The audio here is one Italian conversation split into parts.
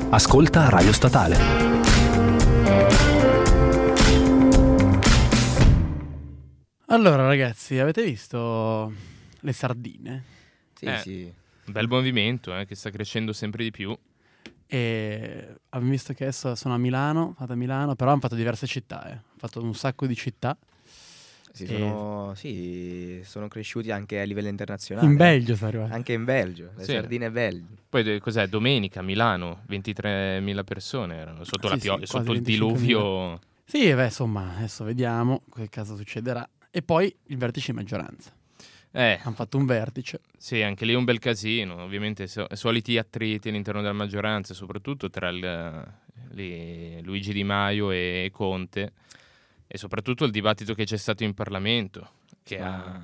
Ascolta Radio Statale. Allora ragazzi, avete visto le sardine? Sì. Un bel movimento che sta crescendo sempre di più. E abbiamo visto che adesso sono a Milano, però hanno fatto diverse città, hanno fatto un sacco di città. Sono cresciuti anche a livello internazionale. In Belgio sono arrivati. Anche in Belgio, le sardine belge. Poi cos'è? Domenica, Milano, 23.000 persone erano sotto sotto il diluvio. Sì, insomma, adesso vediamo che cosa succederà. E poi il vertice di maggioranza. Hanno fatto un vertice. Sì, anche lì un bel casino. Ovviamente soliti attriti all'interno della maggioranza, soprattutto tra Luigi Di Maio e Conte. E soprattutto il dibattito che c'è stato in Parlamento, che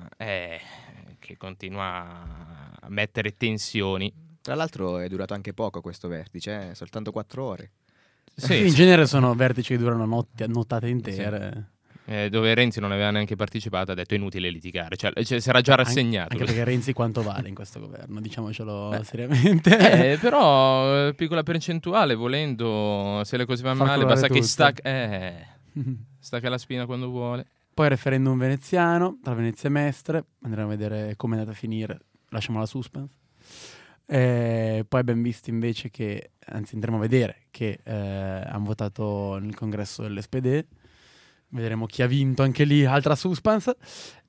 continua a mettere tensioni. Tra l'altro è durato anche poco questo vertice, soltanto 4 ore. Sì, in genere sono vertici che durano nottate intere. Sì. Dove Renzi non aveva neanche partecipato, ha detto è inutile litigare, cioè si era già rassegnato. Anche perché Renzi quanto vale in questo governo, diciamocelo seriamente. Però piccola percentuale, volendo, se le cose vanno male, basta che stacca la spina quando vuole. Poi referendum veneziano, tra Venezia e Mestre, andremo a vedere come è andata a finire, lasciamo la suspense. Poi abbiamo visto invece che, anzi andremo a vedere che hanno votato nel congresso dell'SPD, vedremo chi ha vinto anche lì, altra suspense.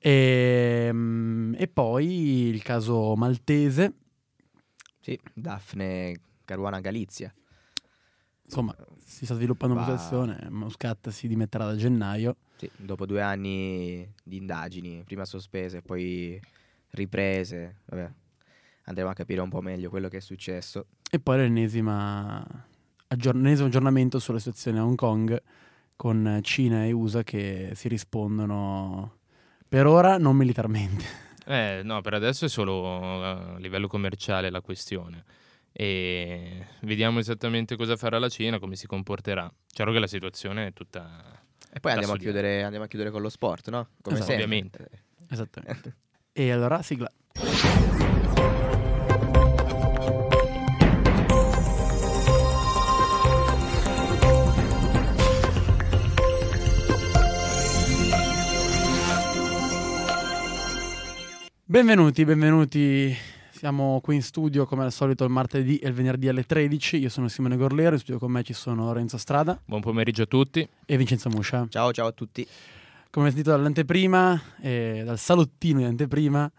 E poi il caso maltese. Sì, Daphne Caruana Galizia. Insomma, si sta sviluppando una situazione. Muscat si dimetterà da gennaio. Sì, dopo 2 anni di indagini, prima sospese e poi riprese. Vabbè, andremo a capire un po' meglio quello che è successo. E poi l'ennesimo aggiornamento sulla situazione a Hong Kong, con Cina e USA che si rispondono per ora non militarmente. No, per adesso è solo a livello commerciale la questione. E vediamo esattamente cosa farà la Cina, come si comporterà. Chiaro che la situazione è tutta. E poi andiamo a chiudere con lo sport, no? Come sempre. Ovviamente. Esattamente. E allora sigla. Benvenuti. Siamo qui in studio come al solito il martedì e il venerdì alle 13. Io sono Simone Gorlero, in studio con me ci sono Lorenzo Strada. Buon pomeriggio a tutti. E Vincenzo Muscia. Ciao a tutti. Come sentito dall'anteprima, dal salottino di anteprima,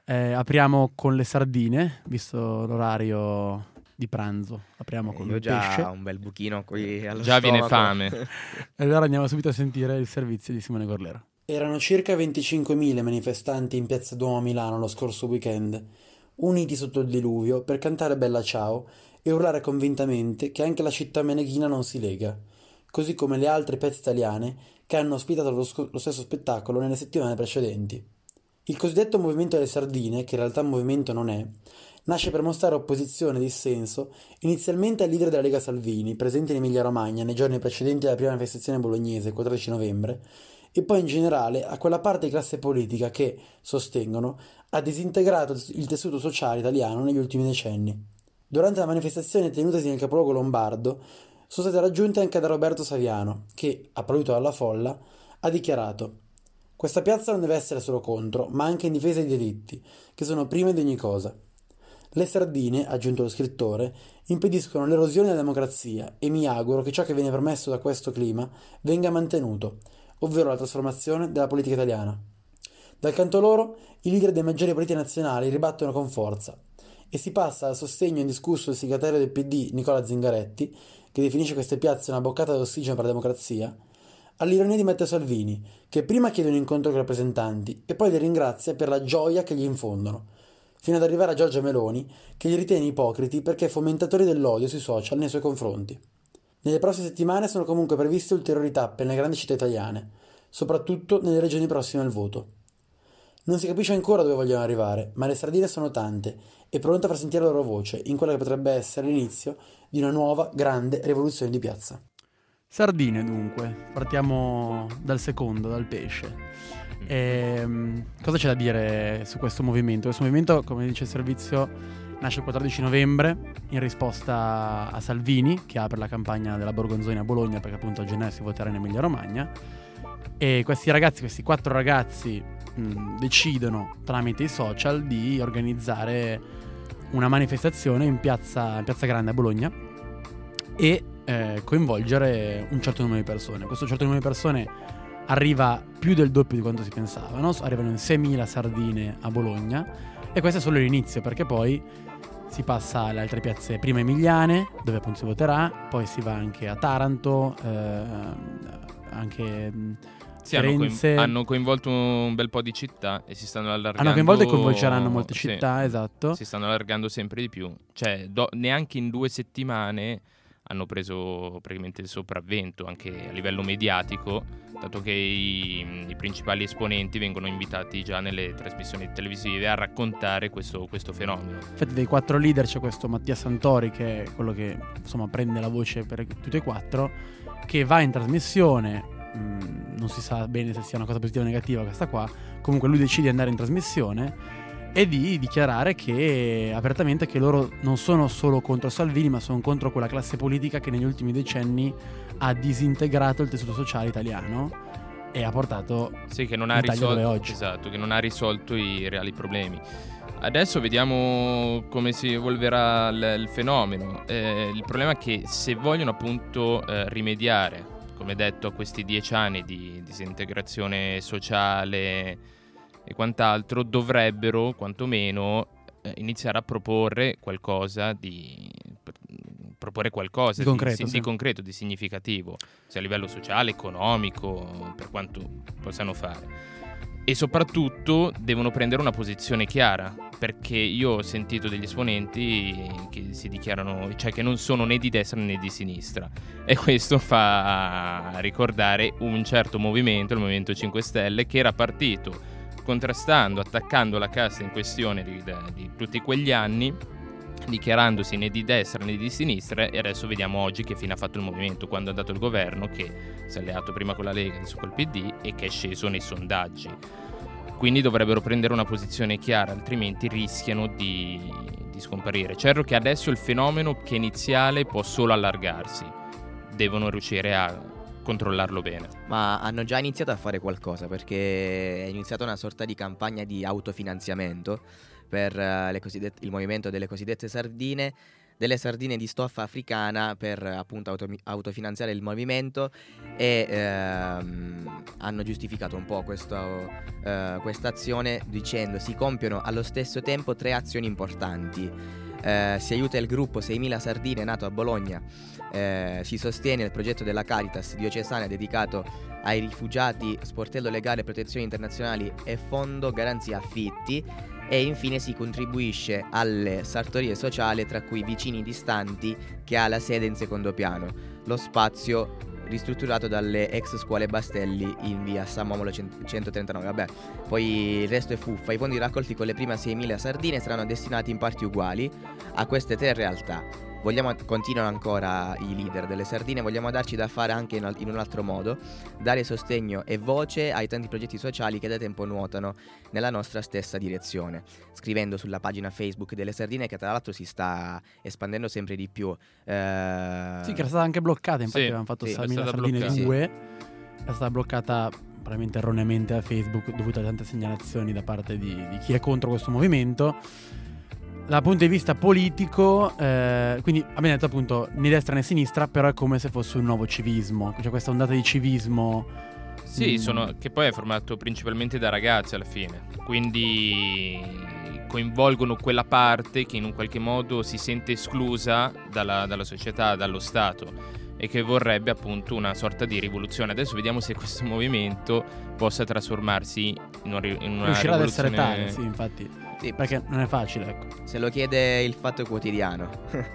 apriamo con le sardine, visto l'orario di pranzo. Apriamo con il pesce. Io ho un bel buchino qui allo Già stomaco. viene fame. E allora andiamo subito a sentire il servizio di Simone Gorlero. Erano circa 25.000 manifestanti in Piazza Duomo a Milano lo scorso weekend, uniti sotto il diluvio per cantare Bella Ciao e urlare convintamente che anche la città meneghina non si lega, così come le altre piazze italiane che hanno ospitato lo stesso spettacolo nelle settimane precedenti. Il cosiddetto movimento delle sardine, che in realtà movimento non è, nasce per mostrare opposizione e dissenso inizialmente al leader della Lega Salvini, presente in Emilia-Romagna nei giorni precedenti alla prima manifestazione bolognese, il 14 novembre, e poi in generale a quella parte di classe politica che, sostengono, ha disintegrato il tessuto sociale italiano negli ultimi decenni. Durante la manifestazione tenutasi nel capoluogo lombardo sono state raggiunte anche da Roberto Saviano, che, applaudito dalla folla, ha dichiarato: «Questa piazza non deve essere solo contro, ma anche in difesa dei diritti, che sono prima di ogni cosa. Le sardine», ha aggiunto lo scrittore, «impediscono l'erosione della democrazia e mi auguro che ciò che viene permesso da questo clima venga mantenuto, ovvero la trasformazione della politica italiana». Dal canto loro, i leader dei maggiori partiti nazionali ribattono con forza e si passa dal sostegno indiscusso del segretario del PD Nicola Zingaretti, che definisce queste piazze una boccata d'ossigeno per la democrazia, all'ironia di Matteo Salvini, che prima chiede un incontro con i rappresentanti e poi li ringrazia per la gioia che gli infondono, fino ad arrivare a Giorgia Meloni, che li ritiene ipocriti perché fomentatori dell'odio sui social nei suoi confronti. Nelle prossime settimane sono comunque previste ulteriori tappe nelle grandi città italiane, soprattutto nelle regioni prossime al voto. Non si capisce ancora dove vogliono arrivare, ma le sardine sono tante e pronte a far sentire la loro voce in quella che potrebbe essere l'inizio di una nuova grande rivoluzione di piazza. Sardine dunque, partiamo dal secondo, dal pesce. Cosa c'è da dire su questo movimento? Questo movimento, come dice il servizio, nasce il 14 novembre in risposta a Salvini, che apre la campagna della Borgonzoni a Bologna, perché appunto a gennaio si voterà in Emilia Romagna, e questi 4 ragazzi decidono tramite i social di organizzare una manifestazione in piazza Grande a Bologna e coinvolgere un certo numero di persone. Questo certo numero di persone arriva più del doppio di quanto si pensava, no? Arrivano in 6.000 sardine a Bologna, e questo è solo l'inizio, perché poi si passa alle altre piazze prima emiliane, dove appunto si voterà, poi si va anche a Taranto, anche Firenze. Hanno coinvolto un bel po' di città e si stanno allargando. Hanno coinvolto e coinvolgeranno molte città, sì, esatto. Si stanno allargando sempre di più. Cioè, neanche in 2 settimane hanno preso praticamente il sopravvento anche a livello mediatico, dato che i principali esponenti vengono invitati già nelle trasmissioni televisive a raccontare questo fenomeno. Infatti dei 4 leader c'è questo Mattia Santori, che è quello che insomma prende la voce per tutti e 4, che va in trasmissione. Non si sa bene se sia una cosa positiva o negativa questa qua. Comunque lui decide di andare in trasmissione e di dichiarare apertamente che loro non sono solo contro Salvini, ma sono contro quella classe politica che negli ultimi decenni ha disintegrato il tessuto sociale italiano e ha portato che non ha Esatto, che non ha risolto i reali problemi. Adesso vediamo come si evolverà il fenomeno. Il problema è che se vogliono appunto rimediare, come detto, a questi 10 anni di disintegrazione sociale e quant'altro, dovrebbero quantomeno iniziare a proporre qualcosa di concreto, di significativo, sia a livello sociale, economico, per quanto possano fare. E soprattutto devono prendere una posizione chiara, perché io ho sentito degli esponenti che si dichiarano, cioè che non sono né di destra né di sinistra, e questo fa ricordare un certo movimento, il Movimento 5 Stelle, che era partito contrastando, attaccando la casta in questione di tutti quegli anni, dichiarandosi né di destra né di sinistra, e adesso vediamo oggi che fine ha fatto il movimento quando è andato il governo, che si è alleato prima con la Lega, adesso col PD, e che è sceso nei sondaggi. Quindi dovrebbero prendere una posizione chiara, altrimenti rischiano di scomparire. Certo che adesso il fenomeno, che iniziale, può solo allargarsi, devono riuscire a controllarlo bene. Ma hanno già iniziato a fare qualcosa, perché è iniziata una sorta di campagna di autofinanziamento per il movimento delle cosiddette sardine, delle sardine di stoffa africana, per appunto autofinanziare il movimento, e hanno giustificato un po' questa azione dicendo: si compiono allo stesso tempo 3 azioni importanti. Si aiuta il gruppo 6.000 sardine nato a Bologna, si sostiene il progetto della Caritas diocesana dedicato ai rifugiati, sportello legale, protezioni internazionali e fondo garanzia affitti, e infine si contribuisce alle sartorie sociali, tra cui Vicini Distanti, che ha la sede in secondo piano, lo spazio ristrutturato dalle ex scuole Bastelli in via San Momolo 139. Vabbè, poi il resto è fuffa. I fondi raccolti con le prime 6.000 sardine saranno destinati in parti uguali a queste 3 realtà. Continuano ancora i leader delle sardine: vogliamo darci da fare anche in un altro modo, dare sostegno e voce ai tanti progetti sociali che da tempo nuotano nella nostra stessa direzione, scrivendo sulla pagina Facebook delle sardine, che tra l'altro si sta espandendo sempre di più. Sì, che era stata anche bloccata, infatti avevano fatto Salmina Sardine 2, è stata bloccata probabilmente erroneamente a Facebook, dovuta a tante segnalazioni da parte di chi è contro questo movimento. Dal punto di vista politico, quindi abbiamo detto appunto né destra né sinistra, però è come se fosse un nuovo civismo, cioè questa ondata di civismo. Sì, che poi è formato principalmente da ragazzi alla fine, quindi coinvolgono quella parte che in un qualche modo si sente esclusa dalla società, dallo Stato, e che vorrebbe appunto una sorta di rivoluzione. Adesso vediamo se questo movimento possa trasformarsi in una riuscirà rivoluzione. ad essere tale, sì, infatti. Sì, perché non è facile, ecco. Se lo chiede il Fatto Quotidiano,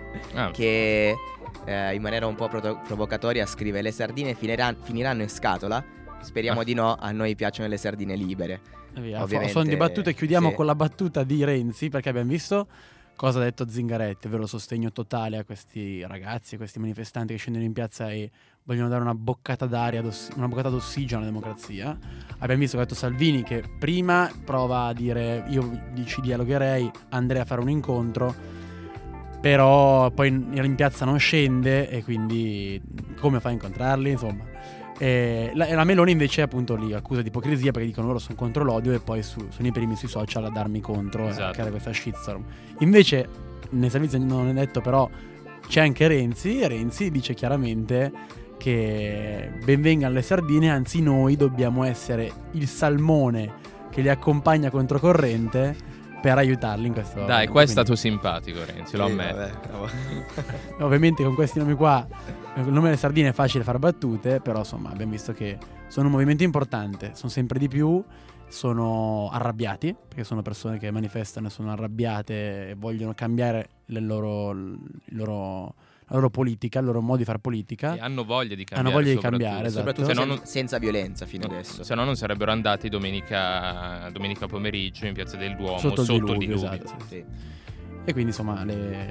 che in maniera un po' provocatoria scrive: le sardine finiranno in scatola, speriamo di no, a noi piacciono le sardine libere. Ovviamente, sono dibattute, chiudiamo con la battuta di Renzi, perché abbiamo visto cosa ha detto Zingaretti, ovvero sostegno totale a questi ragazzi, a questi manifestanti che scendono in piazza e vogliono dare una boccata d'aria, una boccata d'ossigeno alla democrazia. Abbiamo visto che ha detto Salvini, che prima prova a dire: io ci dialogherei, andrei a fare un incontro, però poi in piazza non scende e quindi come fa a incontrarli, insomma. La Meloni invece appunto li accusa di ipocrisia perché dicono loro sono contro l'odio e poi sono i primi sui social a darmi contro, esatto, a creare questa shitstorm. Invece nel servizio non è detto, però c'è anche Renzi, e Renzi dice chiaramente che benvengano le sardine, anzi noi dobbiamo essere il salmone che li accompagna controcorrente per aiutarli in questo. Dai, qua è stato simpatico Renzi, lo ammetto. Ovviamente con questi nomi qua, il nome delle sardine è facile fare battute, però insomma abbiamo visto che sono un movimento importante, sono sempre di più, sono arrabbiati, perché sono persone che manifestano, sono arrabbiate e vogliono cambiare la loro politica, il loro modo di fare politica. E hanno voglia di cambiare. Hanno voglia di cambiare, esatto. Soprattutto senza violenza fino adesso. Se no non sarebbero andati domenica pomeriggio in Piazza del Duomo sotto il diluvio. Esatto, sì. E quindi insomma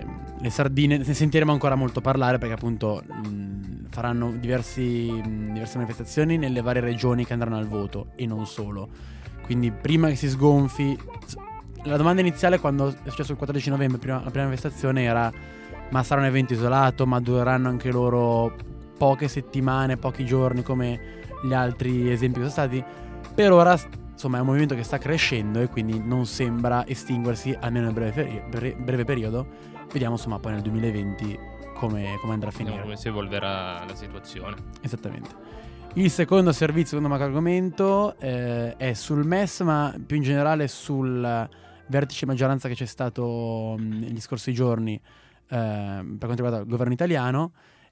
le sardine ne sentiremo ancora molto parlare, perché appunto faranno diverse manifestazioni nelle varie regioni che andranno al voto e non solo. Quindi prima che si sgonfi, la domanda iniziale quando è successo il 14 novembre, la prima manifestazione era: ma sarà un evento isolato, ma dureranno anche loro poche settimane, pochi giorni come gli altri esempi che sono stati? Per ora insomma è un movimento che sta crescendo e quindi non sembra estinguersi, almeno nel breve periodo. Vediamo insomma poi nel 2020 come andrà a finire. Vediamo come si evolverà la situazione. Esattamente. Il secondo secondo macro argomento è sul MES, ma più in generale sul vertice maggioranza che c'è stato negli scorsi giorni per quanto riguarda il governo italiano,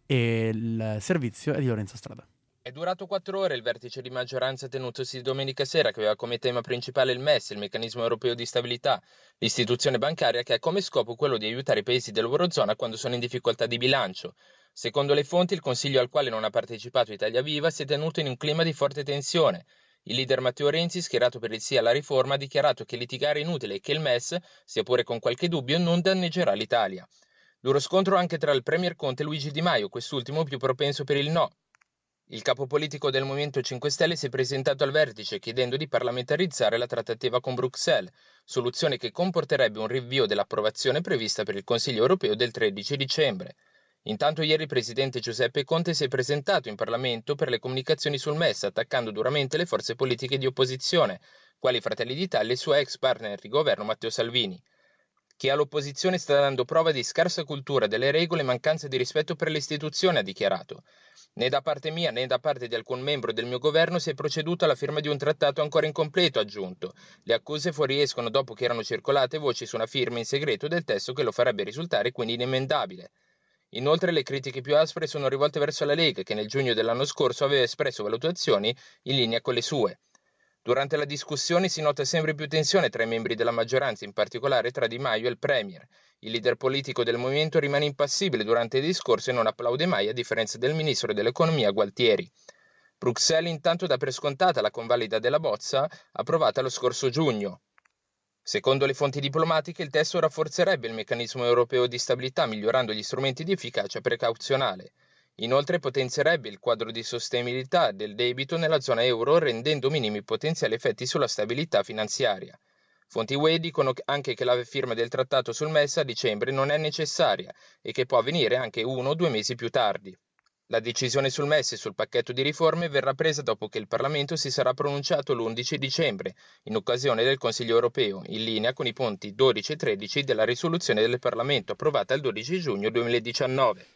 e il servizio è di Lorenzo Strada. È durato 4 ore il vertice di maggioranza tenutosi domenica sera, che aveva come tema principale il MES, il meccanismo europeo di stabilità, l'istituzione bancaria che ha come scopo quello di aiutare i paesi dell'Eurozona quando sono in difficoltà di bilancio. Secondo le fonti, il consiglio al quale non ha partecipato Italia Viva si è tenuto in un clima di forte tensione. Il leader Matteo Renzi, schierato per il sì alla riforma, ha dichiarato che litigare è inutile e che il MES, sia pure con qualche dubbio, non danneggerà l'Italia. Duro scontro anche tra il premier Conte e Luigi Di Maio, quest'ultimo più propenso per il no. Il capo politico del Movimento 5 Stelle si è presentato al vertice chiedendo di parlamentarizzare la trattativa con Bruxelles, soluzione che comporterebbe un rinvio dell'approvazione prevista per il Consiglio europeo del 13 dicembre. Intanto ieri il presidente Giuseppe Conte si è presentato in Parlamento per le comunicazioni sul MES, attaccando duramente le forze politiche di opposizione, quali Fratelli d'Italia e il suo ex partner di governo Matteo Salvini. Chi all'opposizione sta dando prova di scarsa cultura delle regole e mancanza di rispetto per le istituzioni, ha dichiarato. Né da parte mia né da parte di alcun membro del mio governo si è proceduto alla firma di un trattato ancora incompleto, ha aggiunto. Le accuse fuoriescono dopo che erano circolate voci su una firma in segreto del testo che lo farebbe risultare quindi inemendabile. Inoltre le critiche più aspre sono rivolte verso la Lega, che nel giugno dell'anno scorso aveva espresso valutazioni in linea con le sue. Durante la discussione si nota sempre più tensione tra i membri della maggioranza, in particolare tra Di Maio e il Premier. Il leader politico del movimento rimane impassibile durante il discorso e non applaude mai, a differenza del ministro dell'economia Gualtieri. Bruxelles intanto dà per scontata la convalida della bozza approvata lo scorso giugno. Secondo le fonti diplomatiche, il testo rafforzerebbe il meccanismo europeo di stabilità, migliorando gli strumenti di efficacia precauzionale. Inoltre potenzierebbe il quadro di sostenibilità del debito nella zona euro, rendendo minimi potenziali effetti sulla stabilità finanziaria. Fonti UE dicono anche che la firma del trattato sul MES a dicembre non è necessaria e che può avvenire anche 1 o 2 mesi più tardi. La decisione sul MES e sul pacchetto di riforme verrà presa dopo che il Parlamento si sarà pronunciato l'11 dicembre, in occasione del Consiglio europeo, in linea con i punti 12 e 13 della risoluzione del Parlamento approvata il 12 giugno 2019.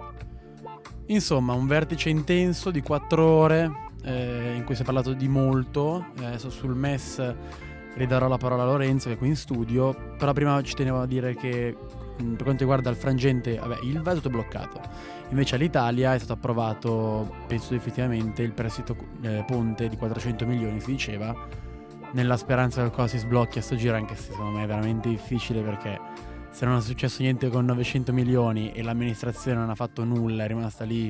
Insomma, un vertice intenso di 4 ore in cui si è parlato di molto. Adesso sul MES ridarò la parola a Lorenzo, che è qui in studio, però prima ci tenevo a dire che per quanto riguarda il frangente, Ilva è tutto bloccato. Invece all'Italia è stato approvato, penso effettivamente, il prestito ponte di 400 milioni, si diceva, nella speranza che qualcosa si sblocchi a sto giro, anche se secondo me è veramente difficile, perché se non è successo niente con 900 milioni e l'amministrazione non ha fatto nulla, è rimasta lì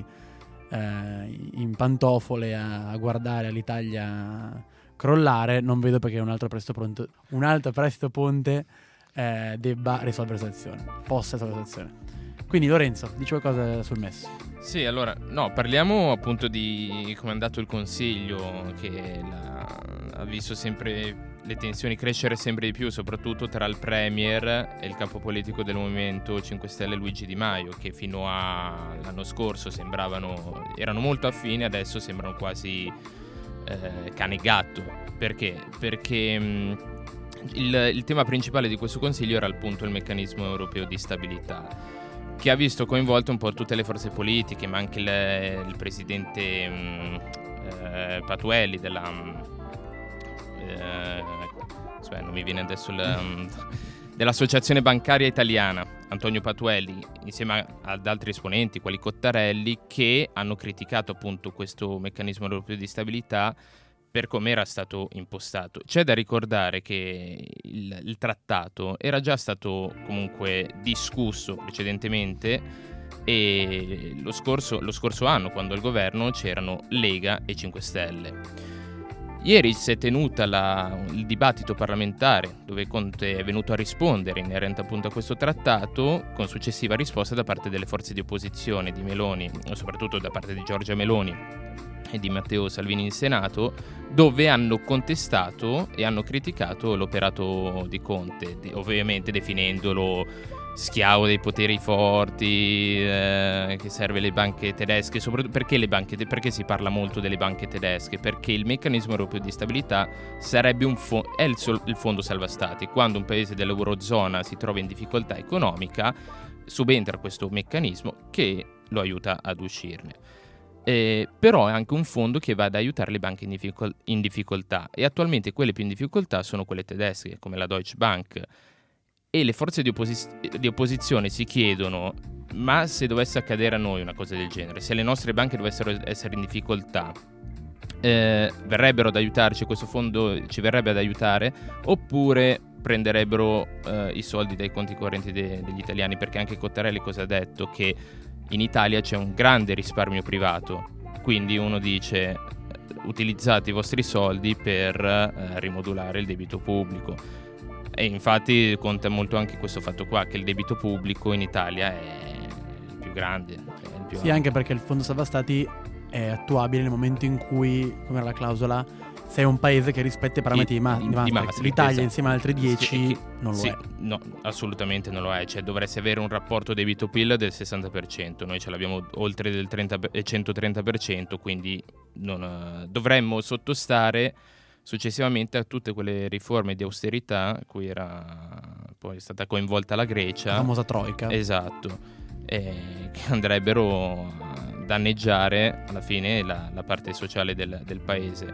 in pantofole a guardare all'Italia crollare, non vedo perché un altro prestito ponte debba risolvere la situazione, possa risolvere la situazione. Quindi Lorenzo, dici qualcosa sul MES? Sì, allora, no, parliamo appunto di come è andato il Consiglio, che ha visto sempre le tensioni crescere sempre di più, soprattutto tra il Premier e il capo politico del Movimento 5 Stelle Luigi Di Maio, che fino all'anno scorso erano molto affini, adesso sembrano quasi cane e gatto. Perché? Perché il tema principale di questo consiglio era appunto il meccanismo europeo di stabilità, che ha visto coinvolte un po' tutte le forze politiche, ma anche il presidente Patuelli non mi viene adesso dell'Associazione Bancaria Italiana, Antonio Patuelli, insieme ad altri esponenti quali Cottarelli, che hanno criticato appunto questo meccanismo europeo di stabilità per come era stato impostato. C'è da ricordare che il trattato era già stato comunque discusso precedentemente, e lo scorso anno, quando al governo c'erano Lega e 5 Stelle. Ieri si è tenuta il dibattito parlamentare, dove Conte è venuto a rispondere inerente appunto a questo trattato, con successiva risposta da parte delle forze di opposizione di Meloni, soprattutto da parte di Giorgia Meloni e di Matteo Salvini in Senato, dove hanno contestato e hanno criticato l'operato di Conte, ovviamente definendolo schiavo dei poteri forti, che serve le banche tedesche. Soprattutto perché si parla molto delle banche tedesche? Perché il meccanismo europeo di stabilità sarebbe il fondo salva stati. Quando un paese dell'Eurozona si trova in difficoltà economica, subentra questo meccanismo che lo aiuta ad uscirne. Però è anche un fondo che va ad aiutare le banche in difficoltà, e attualmente quelle più in difficoltà sono quelle tedesche, come la Deutsche Bank. E le forze di opposizione si chiedono: ma se dovesse accadere a noi una cosa del genere, se le nostre banche dovessero essere in difficoltà, verrebbero ad aiutarci, questo fondo ci verrebbe ad aiutare, oppure prenderebbero i soldi dai conti correnti degli italiani? Perché anche Cottarelli cosa ha detto? Che in Italia c'è un grande risparmio privato, quindi uno dice: utilizzate i vostri soldi per rimodulare il debito pubblico. E infatti conta molto anche questo fatto qua, che il debito pubblico in Italia è il più grande. Sì, anche perché il fondo salva stati è attuabile nel momento in cui, come era la clausola, sei un paese che rispetta i parametri di Maastricht. L'Italia, esatto, insieme ad altri 10 non lo è. No, assolutamente non lo è. Cioè, dovresti avere un rapporto debito-PIL del 60%. Noi ce l'abbiamo oltre del 130%, quindi dovremmo sottostare successivamente a tutte quelle riforme di austerità cui era poi stata coinvolta la Grecia, la famosa troika, esatto, che andrebbero a danneggiare alla fine la parte sociale del paese.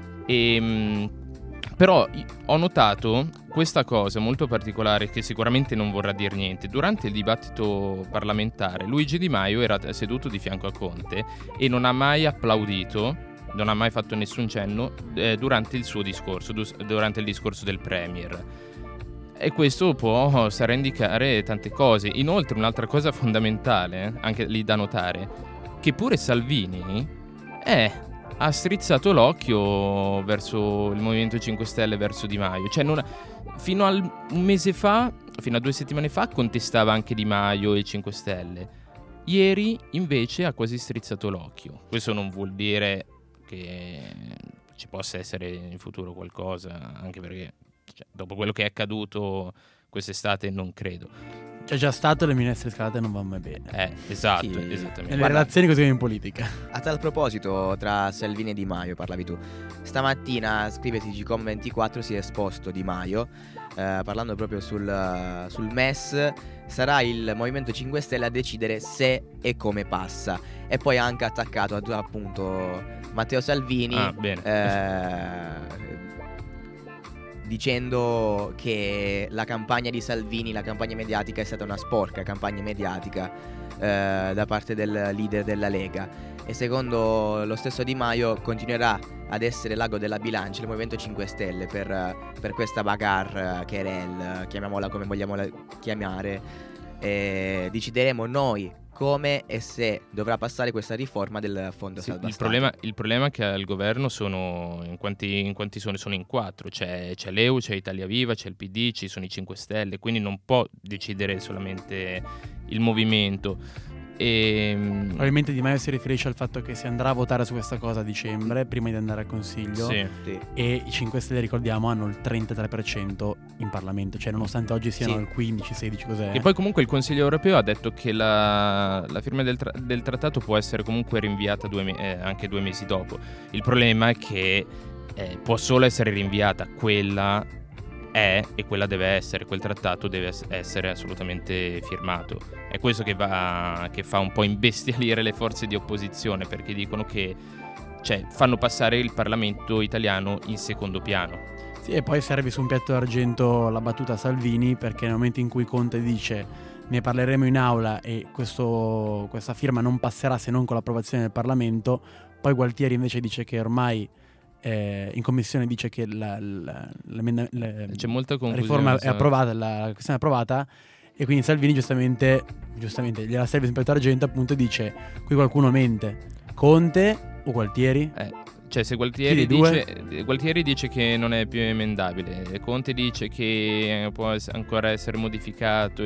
Però ho notato questa cosa molto particolare, che sicuramente non vorrà dire niente. Durante il dibattito parlamentare Luigi Di Maio era seduto di fianco a Conte e non ha mai applaudito, non ha mai fatto nessun cenno durante il suo discorso, durante il discorso del Premier. E questo può stare a indicare tante cose. Inoltre, un'altra cosa fondamentale, anche lì da notare, che pure Salvini ha strizzato l'occhio verso il Movimento 5 Stelle, verso Di Maio. Cioè, fino a 2 settimane fa contestava anche Di Maio e 5 Stelle. Ieri invece ha quasi strizzato l'occhio. Questo non vuol dire che ci possa essere in futuro qualcosa, anche perché dopo quello che è accaduto quest'estate non credo. C'è già stato, le minestre scalate non vanno mai bene. Esatto, sì, esattamente. Nelle relazioni così come in politica. A tal proposito, tra Salvini e Di Maio parlavi tu. Stamattina, scrive TGCOM24, si è esposto Di Maio parlando proprio sul MES. Sarà il Movimento 5 Stelle a decidere se e come passa. E poi ha anche attaccato appunto Matteo Salvini, dicendo che la campagna di Salvini, la campagna mediatica, è stata una sporca campagna mediatica da parte del leader della Lega. E secondo lo stesso Di Maio continuerà ad essere l'ago della bilancia il Movimento 5 Stelle per questa bagarre, querel, chiamiamola come vogliamo chiamare. Decideremo noi come e se dovrà passare questa riforma del fondo salva stati. Il problema che al governo sono in quanti sono in 4. C'è l'EU, c'è Italia Viva, c'è il PD, ci sono i 5 Stelle, quindi non può decidere solamente il movimento. Probabilmente Di Maio si riferisce al fatto che si andrà a votare su questa cosa a dicembre, prima di andare al Consiglio. Sì. E i 5 Stelle, ricordiamo, hanno il 33% in Parlamento, cioè nonostante oggi siano al 15-16, cos'è? E poi comunque il Consiglio europeo ha detto che la firma del trattato può essere comunque rinviata anche 2 mesi dopo. Il problema è che può solo essere rinviata, quella deve essere, quel trattato deve essere assolutamente firmato. È questo che fa un po' imbestialire le forze di opposizione, perché dicono che fanno passare il Parlamento italiano in secondo piano. Sì, e poi serve su un piatto d'argento la battuta Salvini, perché nel momento in cui Conte dice ne parleremo in aula e questa firma non passerà se non con l'approvazione del Parlamento, poi Gualtieri invece dice che ormai in commissione dice che c'è molta confusione, la riforma è approvata, la questione è approvata, e quindi Salvini giustamente gliela serve sempre d'argento, appunto, dice qui qualcuno mente, Conte o Gualtieri? Se Gualtieri dice che non è più emendabile, Conte dice che può ancora essere modificato,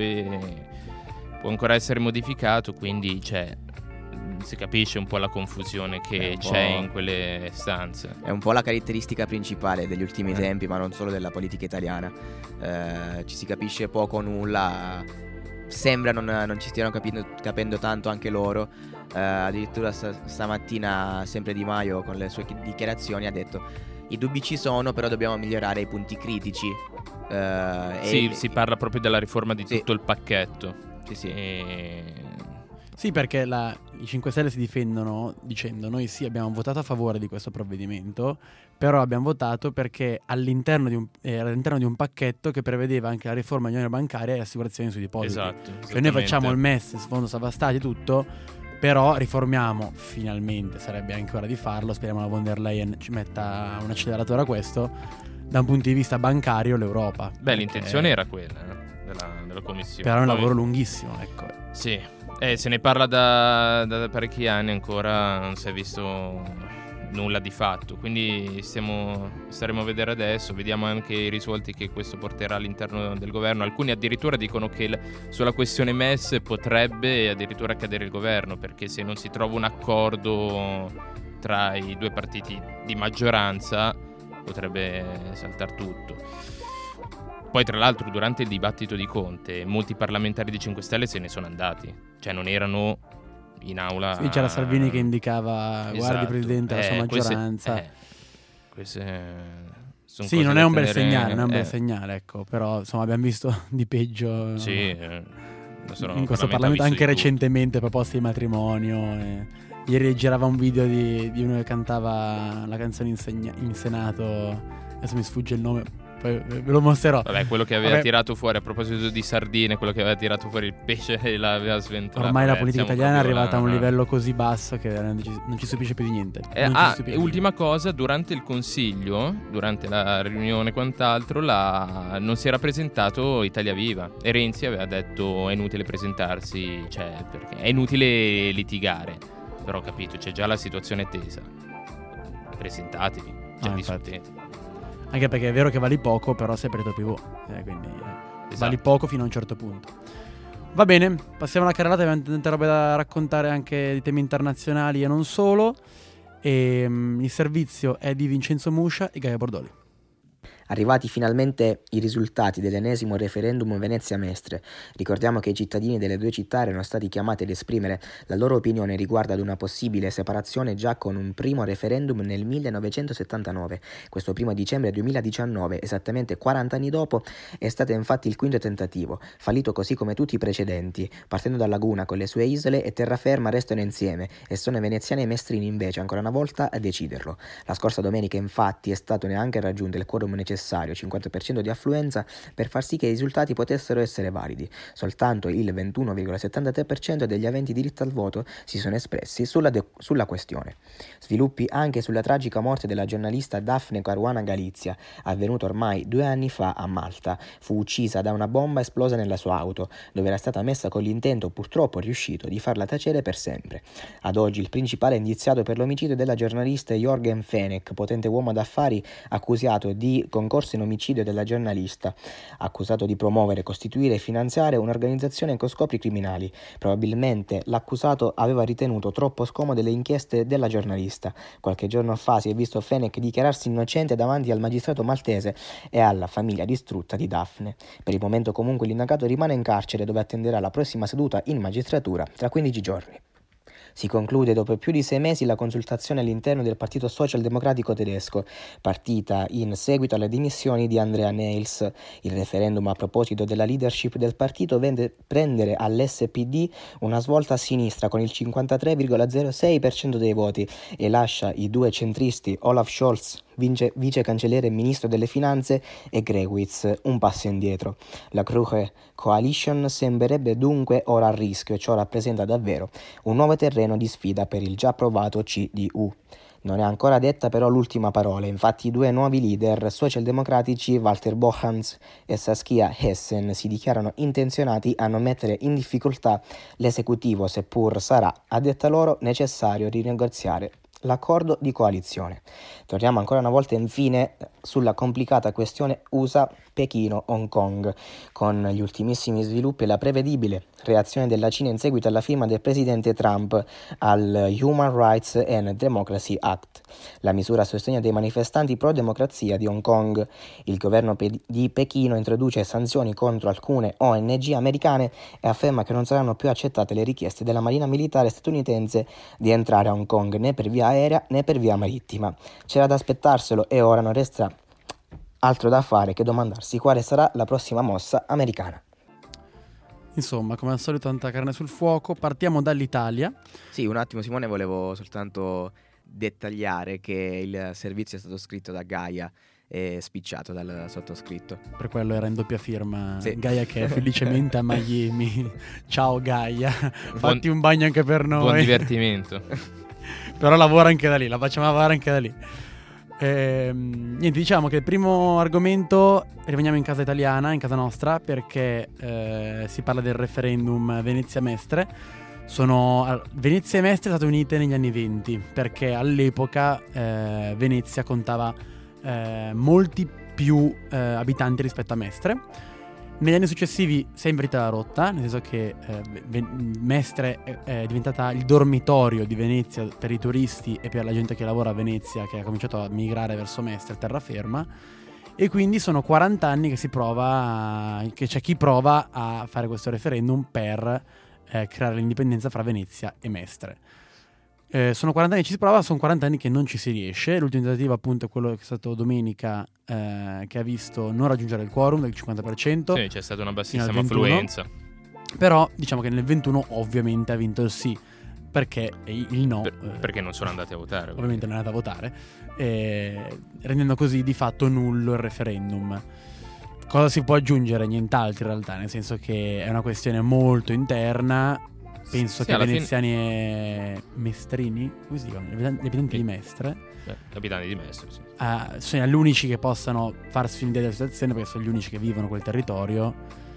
quindi si capisce un po' la confusione che c'è in quelle stanze. È un po' la caratteristica principale degli ultimi tempi, ma non solo della politica italiana. Ci si capisce poco o nulla, sembra non ci stiano capendo tanto anche loro. Addirittura stamattina sempre Di Maio con le sue dichiarazioni ha detto: i dubbi ci sono, però dobbiamo migliorare i punti critici. Si parla proprio della riforma di tutto il pacchetto. Sì, perché i 5 Stelle si difendono dicendo: noi sì, abbiamo votato a favore di questo provvedimento, però abbiamo votato perché all'interno di un pacchetto che prevedeva anche la riforma dell'unione bancaria e l'assicurazione sui depositi. Esatto. Cioè noi facciamo il MES, fondo salva stati, tutto, però riformiamo, finalmente, sarebbe anche ora di farlo, speriamo la von der Leyen ci metta un acceleratore a questo, da un punto di vista bancario, l'Europa. L'intenzione era quella della Commissione. Però è un lavoro lunghissimo, ecco. Sì. Se ne parla da parecchi anni, ancora non si è visto nulla di fatto, quindi staremo a vedere adesso, vediamo anche i risvolti che questo porterà all'interno del governo. Alcuni addirittura dicono che sulla questione MES potrebbe addirittura cadere il governo, perché se non si trova un accordo tra i due partiti di maggioranza potrebbe saltare tutto. Poi tra l'altro durante il dibattito di Conte molti parlamentari di 5 Stelle se ne sono andati, cioè non erano in aula. Sì, c'era Salvini che indicava: guardi Presidente, la sua maggioranza. Sì, non è un bel segnale, non è un bel segnale, ecco. Però insomma abbiamo visto di peggio in questo Parlamento, anche recentemente, proposte di matrimonio. Ieri girava un video di uno che cantava la canzone in Senato, adesso mi sfugge il nome, poi ve lo mostrerò. Vabbè, quello che aveva tirato fuori, a proposito di sardine, quello che aveva tirato fuori il pesce e l'aveva sventolato. Ormai la politica italiana è arrivata a un livello così basso che non ci stupisce più di niente. Ultima cosa, durante il Consiglio, durante la riunione e quant'altro, non si era presentato Italia Viva e Renzi aveva detto: è inutile presentarsi, perché è inutile litigare. Però ho capito, c'è già la situazione tesa, presentatevi, discutete. Anche perché è vero che vali poco, però sei per il tuo pivot, quindi vali poco fino a un certo punto. Va bene, passiamo alla carrellata, abbiamo tante robe da raccontare anche di temi internazionali e non solo. Il servizio è di Vincenzo Muscia e Gaia Bordoli. Arrivati finalmente i risultati dell'ennesimo referendum Venezia Mestre, ricordiamo che i cittadini delle due città erano stati chiamati ad esprimere la loro opinione riguardo ad una possibile separazione già con un primo referendum nel 1979. Questo 1 dicembre 2019, esattamente 40 anni dopo, è stato infatti il quinto tentativo, fallito così come tutti i precedenti. Partendo da Laguna con le sue isole e terraferma restano insieme e sono i veneziani e i mestrini invece ancora una volta a deciderlo. La scorsa domenica infatti è stato neanche raggiunto il quorum necessario, 50% di affluenza, per far sì che i risultati potessero essere validi. Soltanto il 21,73% degli aventi diritto al voto si sono espressi sulla questione. Sviluppi anche sulla tragica morte della giornalista Daphne Caruana Galizia, avvenuta ormai 2 anni fa a Malta. Fu uccisa da una bomba esplosa nella sua auto, dove era stata messa con l'intento, purtroppo riuscito, di farla tacere per sempre. Ad oggi il principale indiziato per l'omicidio della giornalista Jorgen Fenech, potente uomo d'affari accusato di concorso in omicidio della giornalista, accusato di promuovere, costituire e finanziare un'organizzazione con scopi criminali. Probabilmente l'accusato aveva ritenuto troppo scomode le inchieste della giornalista. Qualche giorno fa si è visto Fenech dichiararsi innocente davanti al magistrato maltese e alla famiglia distrutta di Daphne. Per il momento comunque l'indagato rimane in carcere, dove attenderà la prossima seduta in magistratura tra 15 giorni. Si conclude dopo più di 6 mesi la consultazione all'interno del Partito Socialdemocratico tedesco, partita in seguito alle dimissioni di Andrea Nahles. Il referendum a proposito della leadership del partito vede prendere all'SPD una svolta a sinistra con il 53,06% dei voti e lascia i due centristi Olaf Scholz, vice cancelliere e ministro delle finanze, e Grewitz un passo indietro. La Kruhe Coalition sembrerebbe dunque ora a rischio e ciò rappresenta davvero un nuovo terreno di sfida per il già provato CDU. Non è ancora detta però l'ultima parola, infatti i due nuovi leader socialdemocratici, Walter Borjans e Saskia Hessen, si dichiarano intenzionati a non mettere in difficoltà l'esecutivo, seppur sarà, a detta loro, necessario rinegoziare l'accordo di coalizione. Torniamo ancora una volta infine sulla complicata questione USA-Pechino-Hong Kong, con gli ultimissimi sviluppi e la prevedibile reazione della Cina in seguito alla firma del presidente Trump al Human Rights and Democracy Act, la misura a sostegno dei manifestanti pro-democrazia di Hong Kong. Il governo di Pechino introduce sanzioni contro alcune ONG americane e afferma che non saranno più accettate le richieste della Marina Militare statunitense di entrare a Hong Kong né per via aerea né per via marittima. C'era da aspettarselo e ora non resta altro da fare che domandarsi quale sarà la prossima mossa americana. Insomma, come al solito tanta carne sul fuoco. Partiamo dall'Italia. Sì, un attimo Simone, volevo soltanto dettagliare che il servizio è stato scritto da Gaia e spicciato dal sottoscritto. Per quello era in doppia firma. Sì. Gaia che è felicemente a Miami. Ciao Gaia, fatti un bagno anche per noi. Buon divertimento. Però lavora anche da lì, la facciamo lavorare anche da lì. Niente, diciamo che il primo argomento, rimaniamo in casa italiana, in casa nostra, perché si parla del referendum Venezia-Mestre. Venezia e Mestre sono state unite negli anni 20, perché all'epoca Venezia contava molti più abitanti rispetto a Mestre. Negli anni successivi si è invertita la rotta, nel senso che Mestre è diventata il dormitorio di Venezia per i turisti e per la gente che lavora a Venezia, che ha cominciato a migrare verso Mestre, terraferma, e quindi sono 40 anni che che c'è chi prova a fare questo referendum per creare l'indipendenza fra Venezia e Mestre. Sono 40 anni che ci si prova, sono 40 anni che non ci si riesce. L'ultimo tentativo appunto è quello che è stato domenica, che ha visto non raggiungere il quorum del 50%. Sì, c'è stata una bassissima affluenza. Però diciamo che nel 21 ovviamente ha vinto il sì, perché il no perché non sono andati a votare. Ovviamente non è andato a votare, rendendo così di fatto nullo il referendum. Cosa si può aggiungere? Nient'altro in realtà, nel senso che è una questione molto interna. Penso che veneziani e mestrini, come si dicono? Gli abitanti di Mestre. Gli abitanti di Mestre, sì. Sono gli unici che possano farsi un'idea della situazione, perché sono gli unici che vivono quel territorio.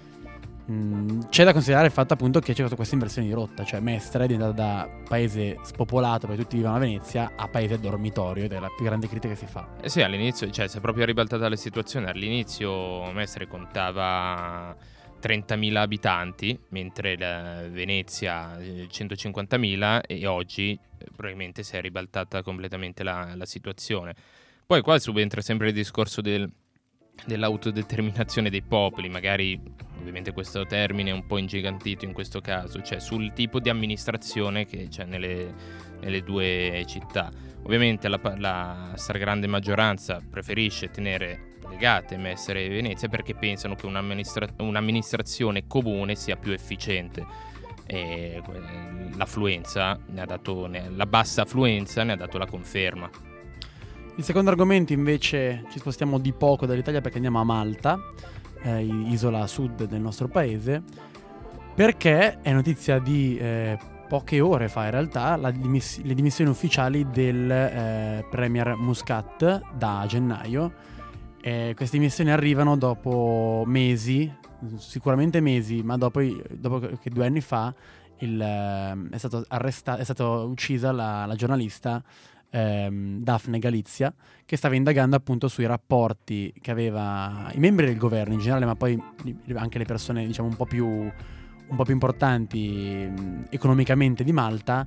C'è da considerare il fatto appunto che c'è stata questa inversione di rotta, cioè Mestre è diventata da paese spopolato perché tutti vivono a Venezia a paese dormitorio, ed è la più grande critica che si fa. Sì, all'inizio, cioè si è proprio ribaltata la situazione. All'inizio Mestre contava 30.000 abitanti, mentre la Venezia 150.000, e oggi probabilmente si è ribaltata completamente la situazione. Poi qua subentra sempre il discorso dell'autodeterminazione dei popoli, magari ovviamente questo termine è un po' ingigantito in questo caso, cioè sul tipo di amministrazione che c'è nelle due città. Ovviamente la stragrande maggioranza preferisce tenere legate Mestre e Venezia perché pensano che un'amministrazione comune sia più efficiente, e l'affluenza la bassa affluenza ne ha dato la conferma. Il secondo argomento invece, ci spostiamo di poco dall'Italia perché andiamo a Malta, isola sud del nostro paese, perché è notizia di poche ore fa in realtà le dimissioni ufficiali del premier Muscat da gennaio. Queste dimissioni arrivano dopo mesi, sicuramente mesi, ma dopo che 2 anni fa è stata uccisa la giornalista Daphne Galizia, che stava indagando appunto sui rapporti che aveva i membri del governo in generale, ma poi anche le persone diciamo un po' più importanti economicamente di Malta,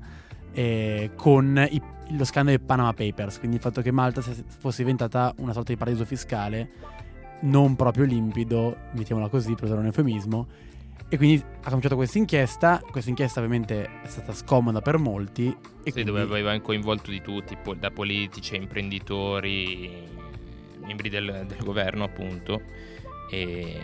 con lo scandalo dei Panama Papers, quindi il fatto che Malta fosse diventata una sorta di paradiso fiscale non proprio limpido, mettiamola così per usare un eufemismo. E quindi ha cominciato questa inchiesta ovviamente è stata scomoda per molti. E sì, dove aveva coinvolto di tutti, da politici a imprenditori, membri del governo appunto. E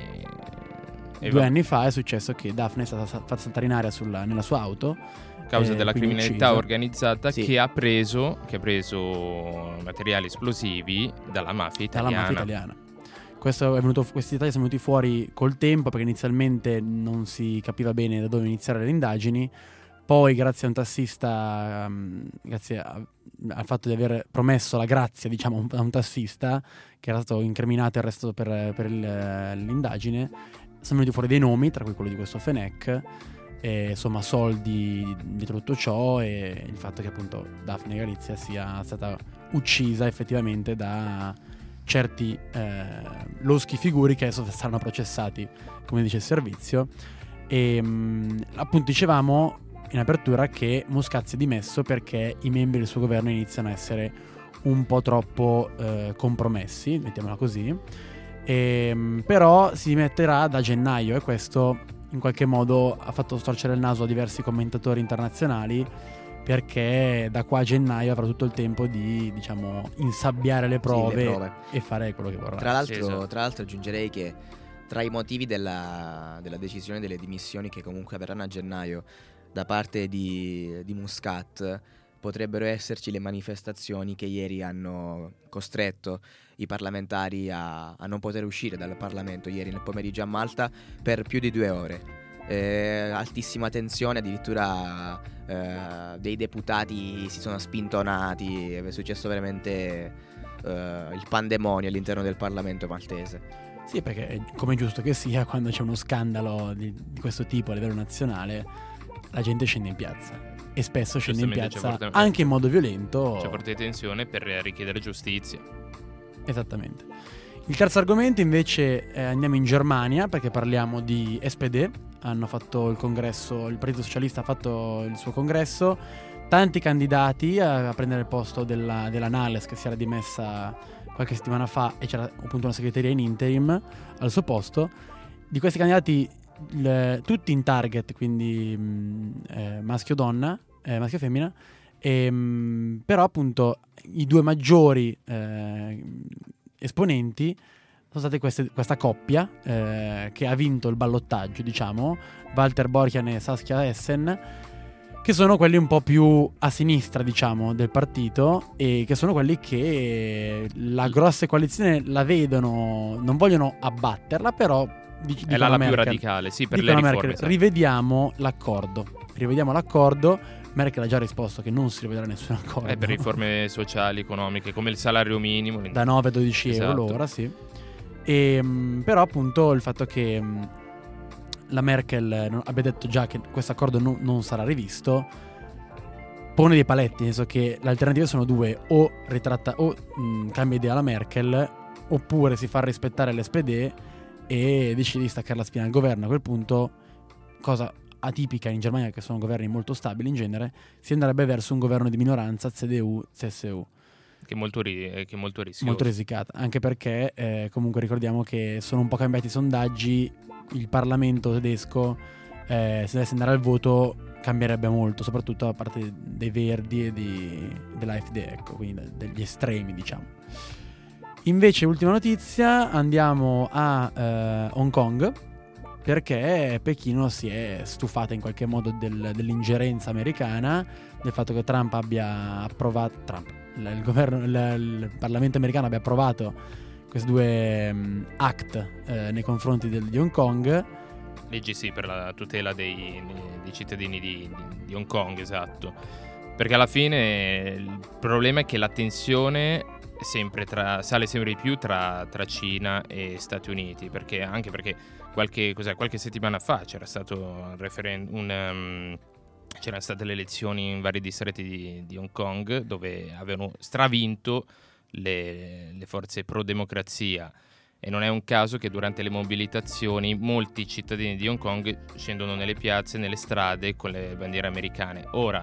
2 anni fa è successo che Daphne è stata fatta saltare in aria nella sua auto a causa della criminalità uccisa. Organizzata, sì. che ha preso materiali esplosivi dalla mafia italiana. Questi dettagli sono venuti fuori col tempo, perché inizialmente non si capiva bene da dove iniziare le indagini. Poi, grazie a un tassista, grazie al fatto di aver promesso la grazia, diciamo, a un tassista che era stato incriminato e arrestato per l'indagine, sono venuti fuori dei nomi, tra cui quello di questo Fenech, e insomma soldi dietro tutto ciò, e il fatto che appunto Daphne Galizia sia stata uccisa effettivamente da certi loschi figuri che adesso saranno processati, come dice il servizio. E appunto dicevamo in apertura che Muscat si è dimesso perché i membri del suo governo iniziano a essere un po' troppo compromessi, mettiamola così. Però si dimetterà da gennaio, e questo in qualche modo ha fatto storcere il naso a diversi commentatori internazionali, perché da qua a gennaio avrà tutto il tempo di, diciamo, insabbiare le prove e fare quello che vorrà. Tra l'altro aggiungerei che tra i motivi della decisione delle dimissioni, che comunque avverranno a gennaio da parte di Muscat, potrebbero esserci le manifestazioni che ieri hanno costretto i parlamentari a non poter uscire dal Parlamento ieri nel pomeriggio a Malta per più di 2 ore. Altissima tensione, addirittura dei deputati si sono spintonati, è successo veramente il pandemonio all'interno del Parlamento maltese. Sì, perché come è giusto che sia, quando c'è uno scandalo di questo tipo a livello nazionale, la gente scende in piazza, e spesso scende in piazza anche in modo violento. C'è forte tensione per richiedere giustizia. Esattamente. Il terzo argomento invece andiamo in Germania, perché parliamo di SPD. Hanno fatto il congresso, il Partito Socialista ha fatto il suo congresso, tanti candidati a prendere il posto della Nahles, che si era dimessa qualche settimana fa, e c'era appunto una segreteria in interim al suo posto. Di questi candidati tutti in target, quindi maschio e femmina, però appunto i 2 maggiori esponenti sono state questa coppia che ha vinto il ballottaggio, diciamo, Walter Borchian e Saskia Essen, che sono quelli un po' più a sinistra, diciamo, del partito, e che sono quelli che la grossa coalizione la vedono, non vogliono abbatterla, però è l'ala più radicale, sì, per le riforme. Merkel, rivediamo l'accordo. Merkel ha già risposto che non si rivedrà nessun accordo. Per riforme sociali, economiche, come il salario minimo. Da 9 a 12 euro l'ora, sì. Però appunto il fatto che la Merkel abbia detto già che questo accordo non sarà rivisto pone dei paletti, nel senso che le alternative sono 2: o ritratta o cambia idea la Merkel, oppure si fa rispettare l'SPD e decide di staccare la spina al governo. A quel punto, cosa atipica in Germania, che sono governi molto stabili in genere, si andrebbe verso un governo di minoranza CDU-CSU, che è molto rischioso, molto risicata, anche perché comunque ricordiamo che sono un po' cambiati i sondaggi. Il Parlamento tedesco, se dovesse andare al voto, cambierebbe molto, soprattutto da parte dei Verdi e dell'AfD, ecco, quindi degli estremi, diciamo. Invece, ultima notizia, andiamo a Hong Kong, perché Pechino si è stufata in qualche modo dell'ingerenza americana, del fatto che Trump abbia approvato, il Parlamento americano abbia approvato questi 2 act nei confronti di Hong Kong. Leggi, sì, per la tutela dei cittadini di Hong Kong, esatto. Perché alla fine il problema è che la tensione sale sempre di più tra Cina e Stati Uniti, anche perché qualche settimana fa c'era stato c'erano state le elezioni in vari distretti di Hong Kong, dove avevano stravinto le forze pro-democrazia, e non è un caso che durante le mobilitazioni molti cittadini di Hong Kong scendono nelle piazze, nelle strade con le bandiere americane. Ora,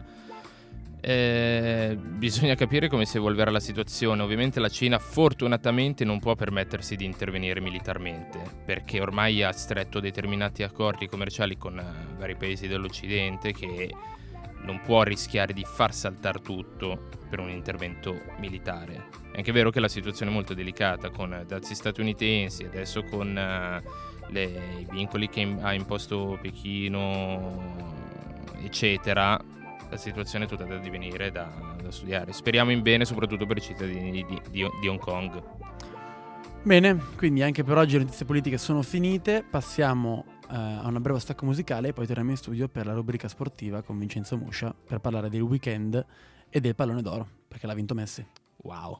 bisogna capire come si evolverà la situazione. Ovviamente la Cina fortunatamente non può permettersi di intervenire militarmente, perché ormai ha stretto determinati accordi commerciali con vari paesi dell'Occidente, che non può rischiare di far saltare tutto per un intervento militare. È anche vero che la situazione è molto delicata, con dazi statunitensi, adesso con i vincoli che ha imposto Pechino, eccetera. La situazione è tutta da divenire, da studiare. Speriamo in bene, soprattutto per i cittadini di Hong Kong. Bene, quindi anche per oggi le notizie politiche sono finite. Passiamo a una breve stacco musicale e poi torniamo in studio per la rubrica sportiva con Vincenzo Muscia per parlare del weekend e del pallone d'oro, perché l'ha vinto Messi. Wow.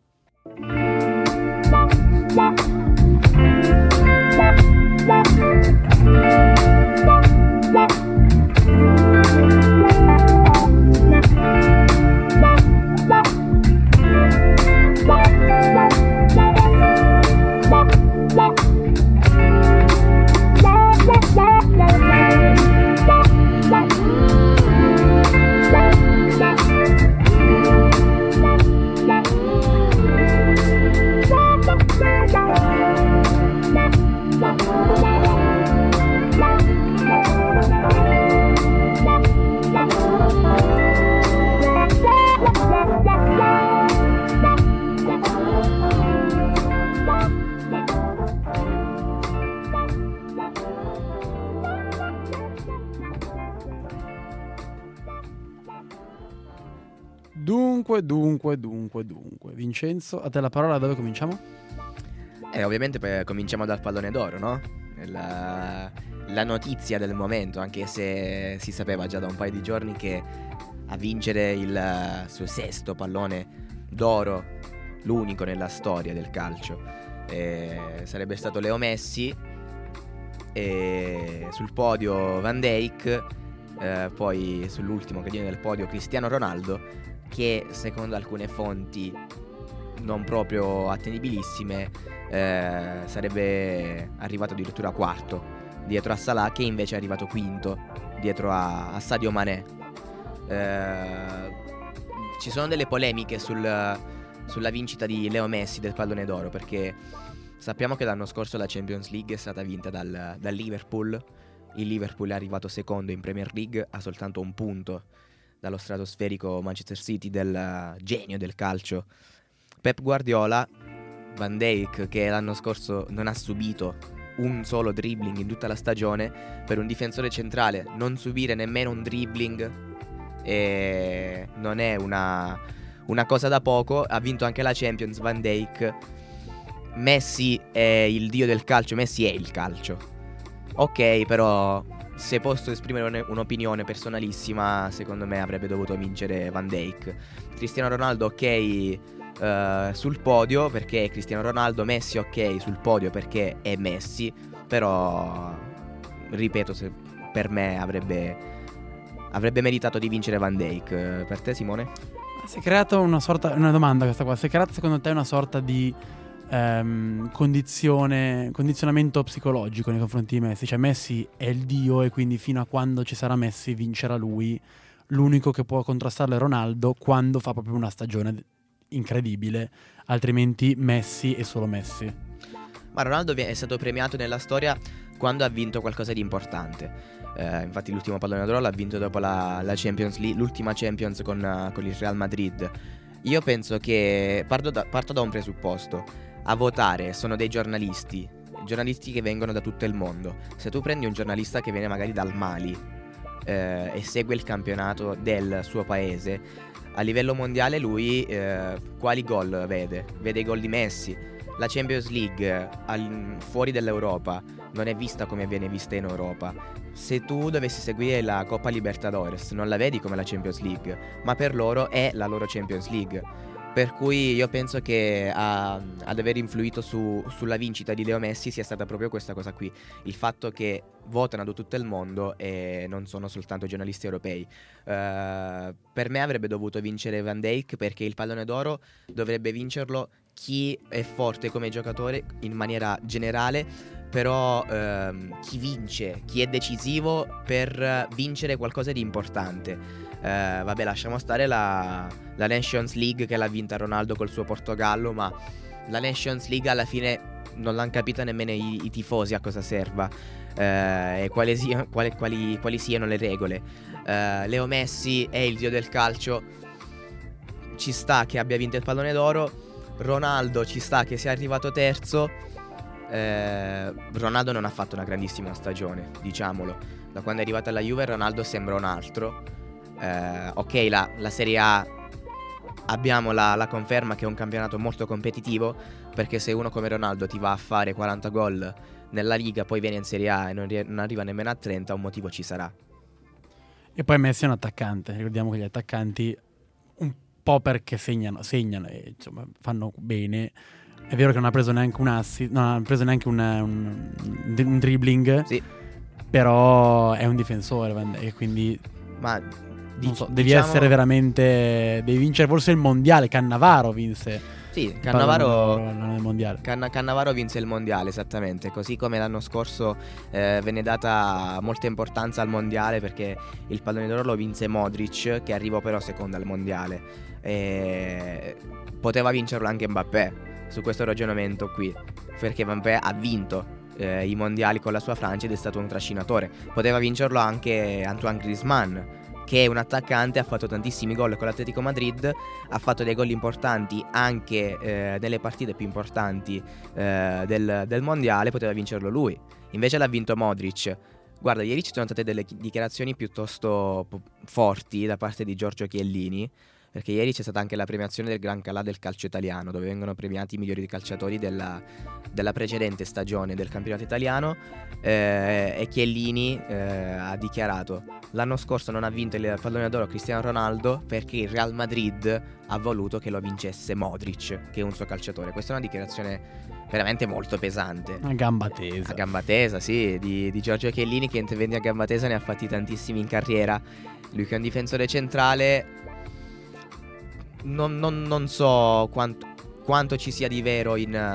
Dunque. Vincenzo, a te la parola, dove cominciamo? Ovviamente cominciamo dal pallone d'oro, no? La notizia del momento, anche se si sapeva già da un paio di giorni che a vincere il suo sesto pallone d'oro, l'unico nella storia del calcio, sarebbe stato Leo Messi, e sul podio Van Dijk, poi sull'ultimo che viene del podio Cristiano Ronaldo, che secondo alcune fonti non proprio attendibilissime sarebbe arrivato addirittura quarto, dietro a Salah, che invece è arrivato quinto dietro a Sadio Mané. Ci sono delle polemiche sulla vincita di Leo Messi del pallone d'oro, perché sappiamo che l'anno scorso la Champions League è stata vinta dal Liverpool. Il Liverpool è arrivato secondo in Premier League, ha soltanto un punto dallo stratosferico Manchester City, del genio del calcio Pep Guardiola. Van Dijk, che l'anno scorso non ha subito un solo dribbling in tutta la stagione, per un difensore centrale non subire nemmeno un dribbling non è una cosa da poco. Ha vinto anche la Champions Van Dijk. Messi è il dio del calcio, Messi è il calcio. Ok, però se posso esprimere un'opinione personalissima, secondo me avrebbe dovuto vincere Van Dijk. Cristiano Ronaldo ok sul podio perché è Cristiano Ronaldo, Messi ok sul podio perché è Messi, però ripeto, per me avrebbe meritato di vincere Van Dijk. Per te, Simone? Si è creato una domanda questa qua, si è creata secondo te una sorta di condizionamento psicologico nei confronti di Messi? Cioè Messi è il dio e quindi fino a quando ci sarà Messi vincerà lui. L'unico che può contrastarlo è Ronaldo quando fa proprio una stagione incredibile, altrimenti Messi è solo Messi. Ma Ronaldo è stato premiato nella storia quando ha vinto qualcosa di importante. Infatti l'ultimo pallone d'oro l'ha vinto dopo la Champions League, l'ultima Champions con il Real Madrid. Io penso che parto da un presupposto. A votare sono dei giornalisti che vengono da tutto il mondo. Se tu prendi un giornalista che viene magari dal Mali e segue il campionato del suo paese, a livello mondiale lui quali gol vede? Vede i gol di Messi. La Champions League fuori dall'Europa non è vista come viene vista in Europa. Se tu dovessi seguire la Coppa Libertadores non la vedi come la Champions League, ma per loro è la loro Champions League. Per cui io penso che ad aver influito sulla vincita di Leo Messi sia stata proprio questa cosa qui, il fatto che votano da tutto il mondo e non sono soltanto giornalisti europei. Per me avrebbe dovuto vincere Van Dijk, perché il pallone d'oro dovrebbe vincerlo chi è forte come giocatore in maniera generale, però chi vince, chi è decisivo per vincere qualcosa di importante. Vabbè, lasciamo stare la Nations League che l'ha vinta Ronaldo col suo Portogallo, ma la Nations League alla fine non l'hanno capita nemmeno i tifosi a cosa serva e quali siano le regole. Leo Messi è il dio del calcio, ci sta che abbia vinto il pallone d'oro. Ronaldo ci sta che sia arrivato terzo. Ronaldo non ha fatto una grandissima stagione, diciamolo. Da quando è arrivato alla Juve Ronaldo sembra un altro. Ok, la Serie A abbiamo la conferma che è un campionato molto competitivo, perché se uno come Ronaldo ti va a fare 40 gol nella Liga, poi viene in Serie A e non arriva nemmeno a 30, un motivo ci sarà. E poi Messi è un attaccante, ricordiamo che gli attaccanti un po' perché segnano e insomma fanno bene. È vero che non ha preso neanche un assist, non ha preso neanche un dribbling, sì, però è un difensore, e quindi non so, devi essere veramente, devi vincere forse il mondiale. Cannavaro vinse. Sì, Cannavaro nel mondiale. Cannavaro vinse il mondiale, esattamente. Così come l'anno scorso venne data molta importanza al mondiale, perché il pallone d'oro lo vinse Modric, che arrivò però secondo al mondiale. Poteva vincerlo anche Mbappé, su questo ragionamento qui, perché Mbappé ha vinto i mondiali con la sua Francia ed è stato un trascinatore. Poteva vincerlo anche Antoine Griezmann, che è un attaccante, ha fatto tantissimi gol con l'Atletico Madrid, ha fatto dei gol importanti anche nelle partite più importanti del mondiale. Poteva vincerlo lui, invece l'ha vinto Modric. Guarda, ieri ci sono state delle dichiarazioni piuttosto forti da parte di Giorgio Chiellini, perché ieri c'è stata anche la premiazione del Gran Calà del calcio italiano, dove vengono premiati i migliori calciatori della precedente stagione del campionato italiano, e Chiellini ha dichiarato: l'anno scorso non ha vinto il pallone d'oro Cristiano Ronaldo perché il Real Madrid ha voluto che lo vincesse Modric, che è un suo calciatore. Questa è una dichiarazione veramente molto pesante, a gamba tesa, sì, di Giorgio Chiellini, che interventi a gamba tesa ne ha fatti tantissimi in carriera. Lui che è un difensore centrale, non so quanto ci sia di vero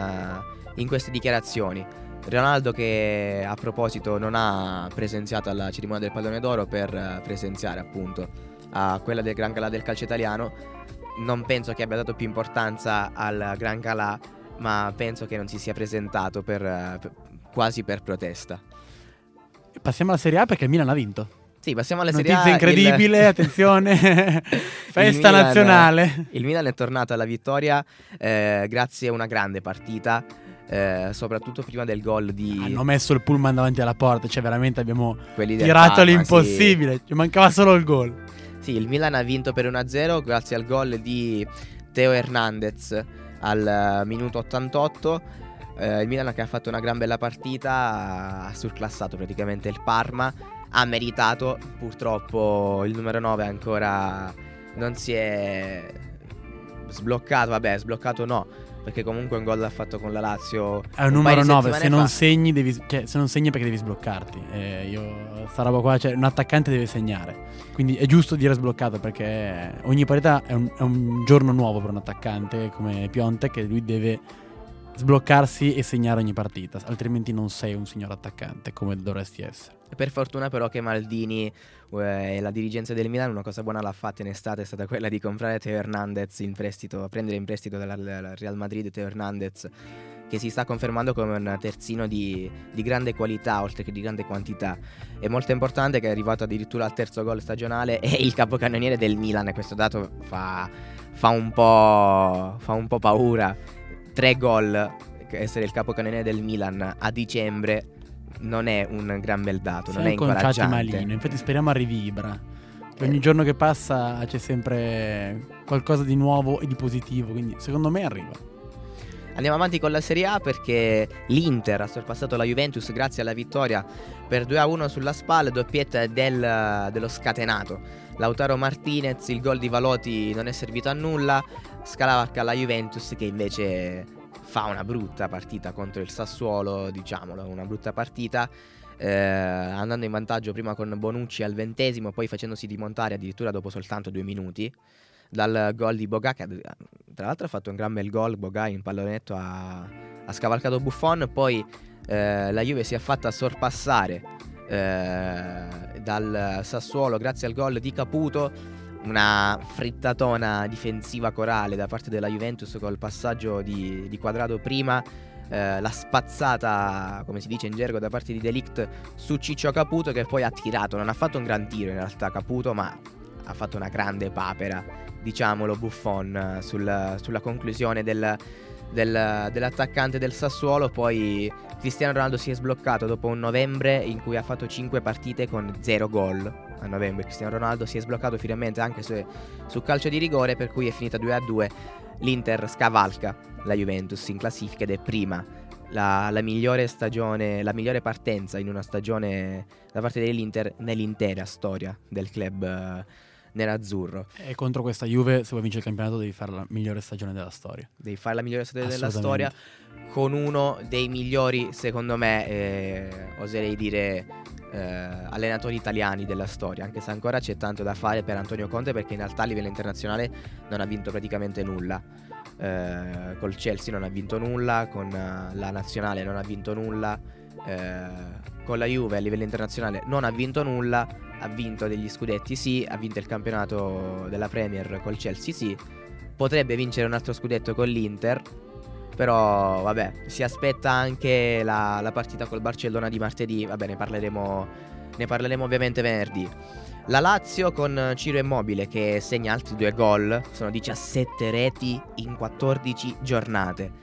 in queste dichiarazioni. Ronaldo, che a proposito non ha presenziato alla cerimonia del pallone d'oro per presenziare appunto a quella del Gran Calà del calcio italiano, non penso che abbia dato più importanza al Gran Calà, ma penso che non si sia presentato quasi per protesta. Passiamo alla Serie A, perché il Milan ha vinto. Sì, passiamo alla Serie A. Notizia incredibile, attenzione, festa nazionale. Il Milan è tornato alla vittoria grazie a una grande partita, soprattutto prima del gol di... Hanno messo il pullman davanti alla porta, cioè veramente abbiamo tirato all'impossibile, sì. Ci mancava solo il gol. Sì, il Milan ha vinto per 1-0 grazie al gol di Theo Hernandez al minuto 88. Il Milan, che ha fatto una gran bella partita, ha surclassato praticamente il Parma, ha meritato. Purtroppo il numero 9 ancora non si è sbloccato. Vabbè, sbloccato no, perché comunque un gol l'ha fatto con la Lazio. È un numero 9, se non segni se non segni perché devi sbloccarti. Io sta roba qua, cioè un attaccante deve segnare, quindi è giusto dire sbloccato, perché ogni partita è un giorno nuovo per un attaccante come Piontek, che lui deve sbloccarsi e segnare ogni partita, altrimenti non sei un signor attaccante come dovresti essere. Per fortuna però che Maldini e la dirigenza del Milan una cosa buona l'ha fatta in estate, è stata quella di comprare Theo Hernandez in prestito, prendere in prestito dal Real Madrid Theo Hernandez, che si sta confermando come un terzino di grande qualità oltre che di grande quantità. È molto importante che è arrivato addirittura al terzo gol stagionale, è il capocannoniere del Milan, e questo dato fa un po' paura. 3 gol, essere il capocannoniere del Milan a dicembre non è un gran bel dato, non è incoraggiante. Malino. Infatti speriamo arrivi Ibra, che ogni giorno che passa c'è sempre qualcosa di nuovo e di positivo, quindi secondo me arriva. Andiamo avanti con la Serie A perché l'Inter ha sorpassato la Juventus grazie alla vittoria per 2-1 sulla SPAL, doppietta dello scatenato Lautaro Martinez. Il gol di Valotti non è servito a nulla, scavalca la Juventus che invece fa una brutta partita contro il Sassuolo, diciamolo, una brutta partita, andando in vantaggio prima con Bonucci al 20°, poi facendosi rimontare addirittura dopo soltanto 2 minuti dal gol di Boga, che tra l'altro ha fatto un gran bel gol. Boga in pallonetto ha scavalcato Buffon. Poi la Juve si è fatta sorpassare dal Sassuolo grazie al gol di Caputo, una frittatona difensiva corale da parte della Juventus col passaggio di Quadrado prima, la spazzata, come si dice in gergo, da parte di De Ligt su Ciccio Caputo, che poi ha tirato. Non ha fatto un gran tiro in realtà Caputo, ma ha fatto una grande papera, diciamolo, Buffon sulla conclusione dell'attaccante del Sassuolo. Poi Cristiano Ronaldo si è sbloccato dopo un novembre in cui ha fatto 5 partite con 0 gol. A novembre Cristiano Ronaldo si è sbloccato finalmente anche su calcio di rigore, per cui è finita 2-2. L'Inter scavalca la Juventus in classifica ed è prima. La migliore stagione, la migliore partenza in una stagione da parte dell'Inter nell'intera storia del club nerazzurro. E contro questa Juve, se vuoi vincere il campionato, devi fare la migliore stagione della storia. Devi fare la migliore stagione della storia con uno dei migliori, secondo me, oserei dire, allenatori italiani della storia, anche se ancora c'è tanto da fare per Antonio Conte, perché in realtà a livello internazionale non ha vinto praticamente nulla. Col Chelsea non ha vinto nulla, con la nazionale non ha vinto nulla, con la Juve a livello internazionale non ha vinto nulla. Ha vinto degli scudetti, sì, ha vinto il campionato della Premier col Chelsea, sì, potrebbe vincere un altro scudetto con l'Inter, però vabbè, si aspetta anche la partita col Barcellona di martedì. Vabbè, ne parleremo ovviamente venerdì. La Lazio con Ciro Immobile che segna altri 2 gol, sono 17 reti in 14 giornate.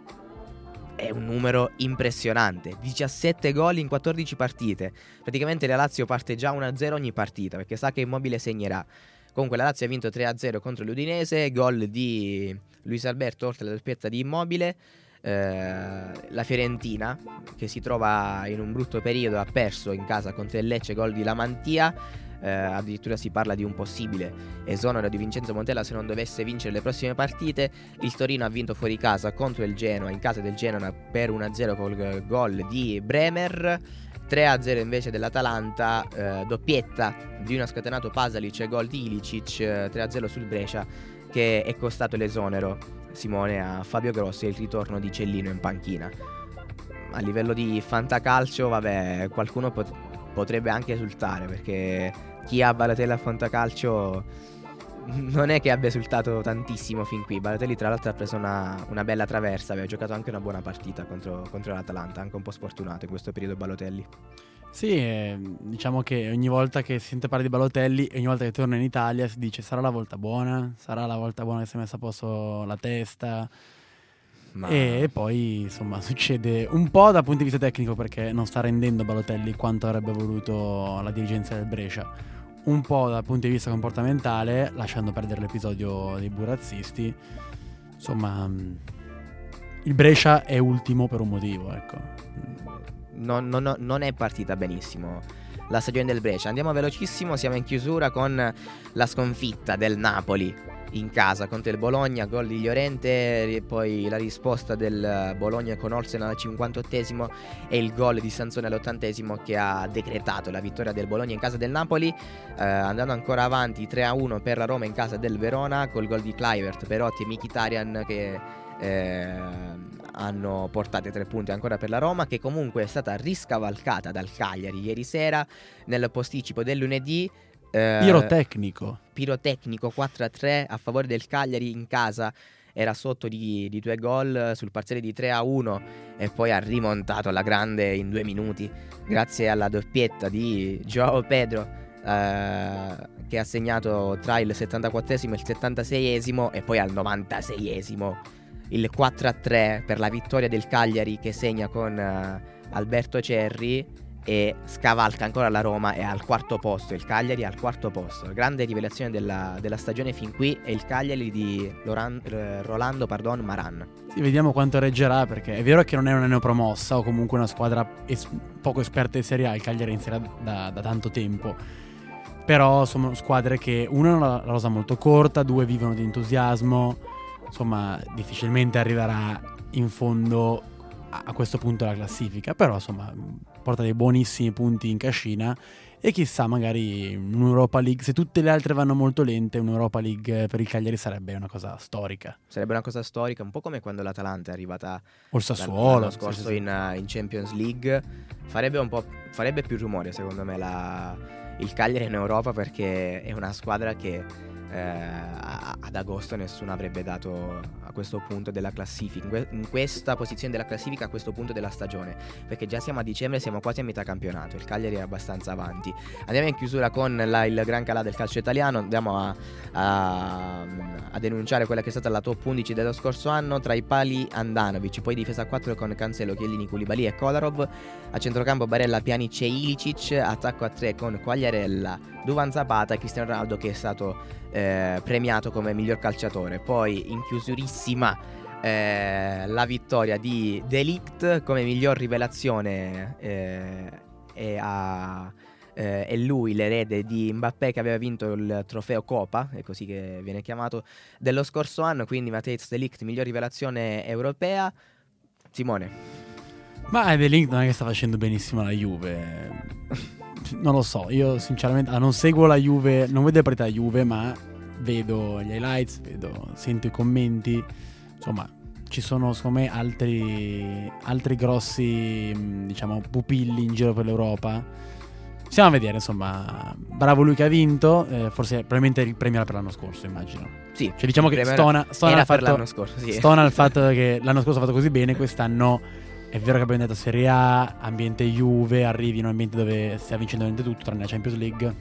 È un numero impressionante, 17 gol in 14 partite. Praticamente la Lazio parte già 1-0 ogni partita, perché sa che Immobile segnerà. Comunque la Lazio ha vinto 3-0 contro l'Udinese, gol di Luis Alberto oltre alla doppietta di Immobile. La Fiorentina, che si trova in un brutto periodo, ha perso in casa contro il Lecce, gol di Lamantia. Addirittura si parla di un possibile esonero di Vincenzo Montella se non dovesse vincere le prossime partite. Il Torino ha vinto fuori casa contro il Genoa, in casa del Genoa, per 1-0 col gol di Bremer. 3-0 invece dell'Atalanta, doppietta di uno scatenato Pasalic e gol di Ilicic, 3-0 sul Brescia, che è costato l'esonero, Simone, a Fabio Grossi e il ritorno di Cellino in panchina. A livello di fantacalcio, vabbè, qualcuno potrebbe anche esultare, perché chi ha Balotelli a fantacalcio non è che abbia esultato tantissimo fin qui. Balotelli tra l'altro ha preso una bella traversa, aveva giocato anche una buona partita contro l'Atalanta, anche un po' sfortunato in questo periodo Balotelli. Sì, diciamo che ogni volta che si sente parlare di Balotelli e ogni volta che torna in Italia si dice sarà la volta buona che si è messa a posto la testa. E poi insomma succede un po' dal punto di vista tecnico, perché non sta rendendo Balotelli quanto avrebbe voluto la dirigenza del Brescia, un po' dal punto di vista comportamentale, lasciando perdere l'episodio dei burazzisti. Insomma, il Brescia è ultimo per un motivo, ecco. Non è partita benissimo la stagione del Brescia. Andiamo velocissimo, siamo in chiusura con la sconfitta del Napoli in casa contro il Bologna, gol di Llorente, poi la risposta del Bologna con Olsen al 58esimo e il gol di Sansone all'80esimo che ha decretato la vittoria del Bologna in casa del Napoli, andando ancora avanti 3-1 per la Roma in casa del Verona col gol di Kluivert, Perotti e Mkhitaryan che hanno portato 3 punti ancora per la Roma, che comunque è stata riscavalcata dal Cagliari ieri sera nel posticipo del lunedì. Pirotecnico 4-3 a favore del Cagliari in casa, era sotto di 2 gol sul parziale di 3-1 e poi ha rimontato alla grande in 2 minuti grazie alla doppietta di Joao Pedro, che ha segnato tra il 74esimo e il 76esimo e poi al 96esimo il 4-3 per la vittoria del Cagliari, che segna con Alberto Cerri. e scavalca ancora la Roma, è al quarto posto, il Cagliari è al quarto posto. La grande rivelazione della stagione fin qui è il Cagliari di Rolando Maran. Sì, vediamo quanto reggerà, perché è vero che non è una neopromossa o comunque una squadra poco esperta in Serie A, il Cagliari è in Serie A da tanto tempo, però sono squadre che una hanno la rosa molto corta, due vivono di entusiasmo, insomma difficilmente arriverà in fondo a questo punto della classifica, però insomma porta dei buonissimi punti in cascina e chissà, magari un'Europa League, se tutte le altre vanno molto lente, un'Europa League per il Cagliari sarebbe una cosa storica. Sarebbe una cosa storica, un po' come quando l'Atalanta è arrivata o il Sassuolo l'anno scorso sì. In Champions League. Farebbe più rumore secondo me il Cagliari in Europa, perché è una squadra che ad agosto nessuno avrebbe dato a questo punto della classifica, in questa posizione della classifica a questo punto della stagione, perché già siamo a dicembre, siamo quasi a metà campionato, il Cagliari è abbastanza avanti. Andiamo in chiusura con il gran calà del calcio italiano, andiamo a denunciare quella che è stata la top 11 dello scorso anno. Tra i pali Andanovic, poi difesa a 4 con Cancelo, Chiellini, Koulibaly e Kolarov, a centrocampo Barella, Pjanic e Ilicic, attacco a 3 con Quagliarella, Duvan Zapata e Cristiano Ronaldo, che è stato premiato come miglior calciatore. Poi in chiusurissima la vittoria di De Ligt come miglior rivelazione, è lui l'erede di Mbappé, che aveva vinto il trofeo Copa, è così che viene chiamato, dello scorso anno. Quindi Matthijs De Ligt miglior rivelazione europea. Simone? Ma De Ligt non è che sta facendo benissimo la Juve. Non lo so, io sinceramente non seguo la Juve, non vedo le partite della Juve, ma vedo gli highlights, sento i commenti, insomma ci sono secondo me altri grossi, diciamo, pupilli in giro per l'Europa. Stiamo a vedere, insomma, bravo lui che ha vinto, forse probabilmente il premio era per l'anno scorso, immagino. Sì, cioè diciamo che stona l'anno scorso, sì. Stona il fatto che l'anno scorso ha fatto così bene, quest'anno è vero che abbiamo detto Serie A, ambiente Juve, arrivi in un ambiente dove stia vincendo veramente tutto tranne la Champions League.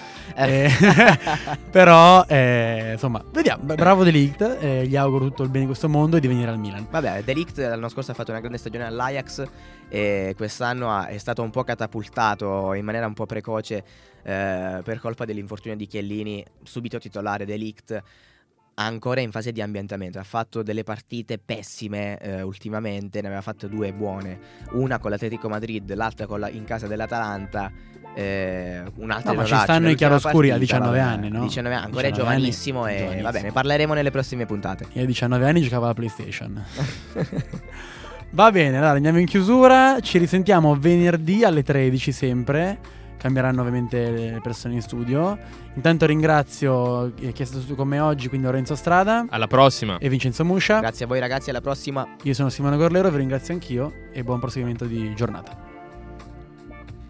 Però insomma, vediamo, bravo De Ligt, gli auguro tutto il bene in questo mondo e di venire al Milan. Vabbè, De Ligt l'anno scorso ha fatto una grande stagione all'Ajax e quest'anno è stato un po' catapultato in maniera un po' precoce per colpa dell'infortunio di Chiellini, subito titolare De Ligt. Ancora in fase di ambientamento, ha fatto delle partite pessime ultimamente, ne aveva fatte 2 buone, una con l'Atletico Madrid, l'altra in casa dell'Atalanta, un'altra ma ci stanno i chiaroscuri a 19 anni, no? 19 anni, ancora è giovanissimo e va bene, parleremo nelle prossime puntate. Io a 19 anni giocavo alla PlayStation. Va bene, allora andiamo in chiusura, ci risentiamo venerdì alle 13 sempre. Cambieranno ovviamente le persone in studio. Intanto ringrazio chi è stato con me oggi, quindi Lorenzo Strada. Alla prossima. E Vincenzo Muscia. Grazie a voi ragazzi, alla prossima. Io sono Simone Gorlero, vi ringrazio anch'io e buon proseguimento di giornata.